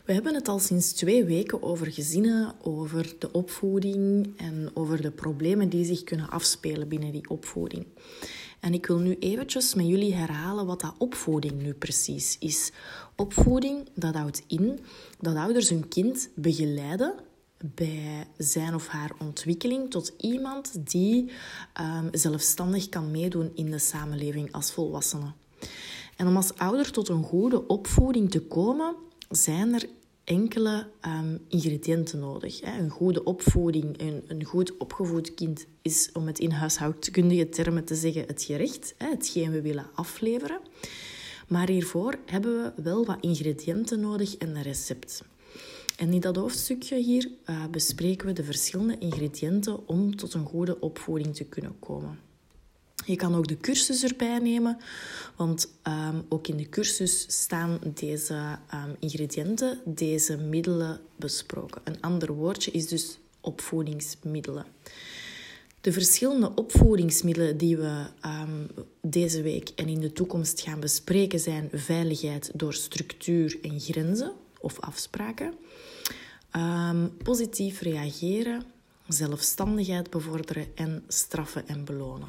We hebben het al sinds 2 weken over gezinnen, over de opvoeding en over de problemen die zich kunnen afspelen binnen die opvoeding. En ik wil nu eventjes met jullie herhalen wat dat opvoeding nu precies is. Opvoeding, dat houdt in dat ouders hun kind begeleiden bij zijn of haar ontwikkeling tot iemand die zelfstandig kan meedoen in de samenleving als volwassene. En om als ouder tot een goede opvoeding te komen, zijn er enkele ingrediënten nodig. Een goede opvoeding, een goed opgevoed kind is, om het in huishoudkundige termen te zeggen, het gerecht, hetgeen we willen afleveren. Maar hiervoor hebben we wel wat ingrediënten nodig en een recept. En in dat hoofdstukje hier bespreken we de verschillende ingrediënten om tot een goede opvoeding te kunnen komen. Je kan ook de cursus erbij nemen, want ook in de cursus staan deze ingrediënten, deze middelen besproken. Een ander woordje is dus opvoedingsmiddelen. De verschillende opvoedingsmiddelen die we deze week en in de toekomst gaan bespreken zijn veiligheid door structuur en grenzen of afspraken, positief reageren, zelfstandigheid bevorderen en straffen en belonen.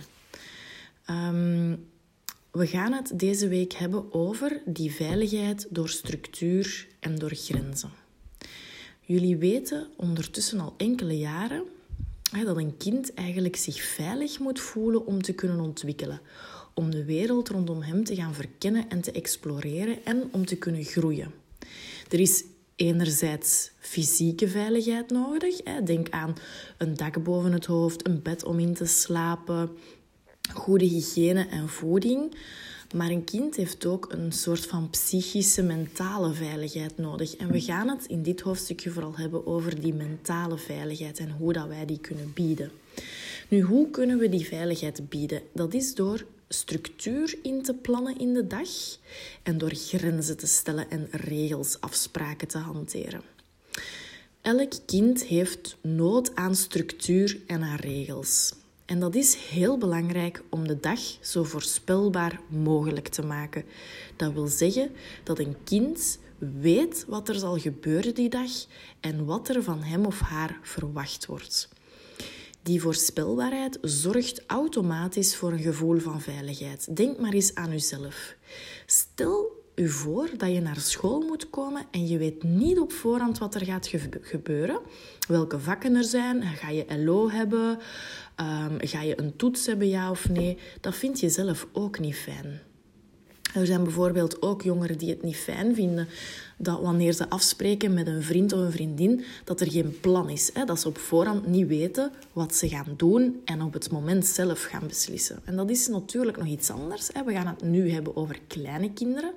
We gaan het deze week hebben over die veiligheid door structuur en door grenzen. Jullie weten ondertussen al enkele jaren dat een kind eigenlijk zich veilig moet voelen om te kunnen ontwikkelen, om de wereld rondom hem te gaan verkennen en te exploreren en om te kunnen groeien. Er is enerzijds fysieke veiligheid nodig. Denk aan een dak boven het hoofd, een bed om in te slapen, goede hygiëne en voeding. Maar een kind heeft ook een soort van psychische, mentale veiligheid nodig. En we gaan het in dit hoofdstukje vooral hebben over die mentale veiligheid en hoe dat wij die kunnen bieden. Nu, hoe kunnen we die veiligheid bieden? Dat is door structuur in te plannen in de dag en door grenzen te stellen en regels, afspraken te hanteren. Elk kind heeft nood aan structuur en aan regels. En dat is heel belangrijk om de dag zo voorspelbaar mogelijk te maken. Dat wil zeggen dat een kind weet wat er zal gebeuren die dag en wat er van hem of haar verwacht wordt. Die voorspelbaarheid zorgt automatisch voor een gevoel van veiligheid. Denk maar eens aan uzelf. Stel u voor dat je naar school moet komen en je weet niet op voorhand wat er gaat gebeuren. Welke vakken er zijn. Ga je LO hebben? Ga je een toets hebben, ja of nee? Dat vind je zelf ook niet fijn. Er zijn bijvoorbeeld ook jongeren die het niet fijn vinden dat wanneer ze afspreken met een vriend of een vriendin, dat er geen plan is. Dat ze op voorhand niet weten wat ze gaan doen en op het moment zelf gaan beslissen. En dat is natuurlijk nog iets anders. We gaan het nu hebben over kleine kinderen.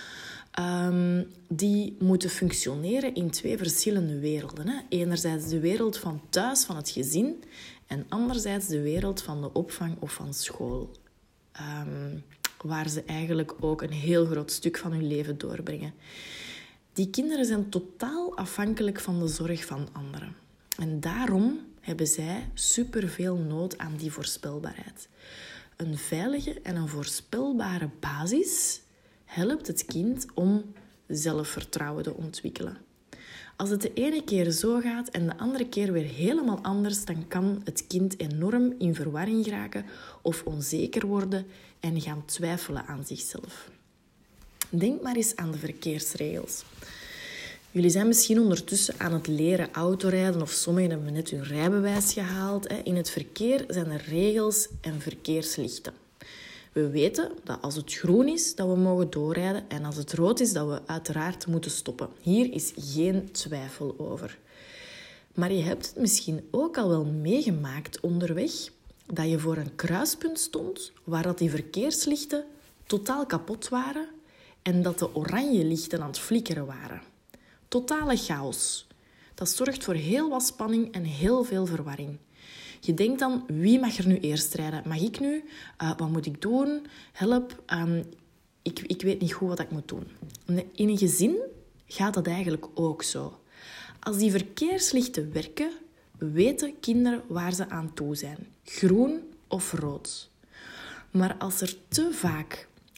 Die moeten functioneren in 2 verschillende werelden. Enerzijds de wereld van thuis, van het gezin, en anderzijds de wereld van de opvang of van school. Waar ze eigenlijk ook een heel groot stuk van hun leven doorbrengen. Die kinderen zijn totaal afhankelijk van de zorg van anderen. En daarom hebben zij superveel nood aan die voorspelbaarheid. Een veilige en een voorspelbare basis helpt het kind om zelfvertrouwen te ontwikkelen. Als het de ene keer zo gaat en de andere keer weer helemaal anders, dan kan het kind enorm in verwarring geraken of onzeker worden en gaan twijfelen aan zichzelf. Denk maar eens aan de verkeersregels. Jullie zijn misschien ondertussen aan het leren autorijden of sommigen hebben net hun rijbewijs gehaald. In het verkeer zijn er regels en verkeerslichten. We weten dat als het groen is, dat we mogen doorrijden en als het rood is, dat we uiteraard moeten stoppen. Hier is geen twijfel over. Maar je hebt het misschien ook al wel meegemaakt onderweg dat je voor een kruispunt stond waar dat die verkeerslichten totaal kapot waren en dat de oranje lichten aan het flikkeren waren. Totale chaos. Dat zorgt voor heel wat spanning en heel veel verwarring. Je denkt dan, wie mag er nu eerst rijden? Mag ik nu? Wat moet ik doen? Help, ik weet niet goed wat ik moet doen. In een gezin gaat dat eigenlijk ook zo. Als die verkeerslichten werken, weten kinderen waar ze aan toe zijn. Groen of rood. Maar als er te vaak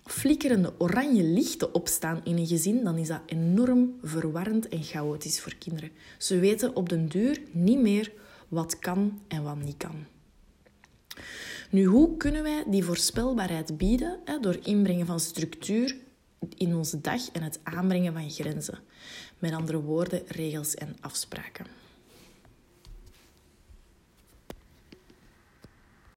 flikkerende oranje lichten opstaan in een gezin, dan is dat enorm verwarrend en chaotisch voor kinderen. Ze weten op den duur niet meer wat kan en wat niet kan. Nu, hoe kunnen wij die voorspelbaarheid bieden? Door inbrengen van structuur in onze dag en het aanbrengen van grenzen. Met andere woorden, regels en afspraken.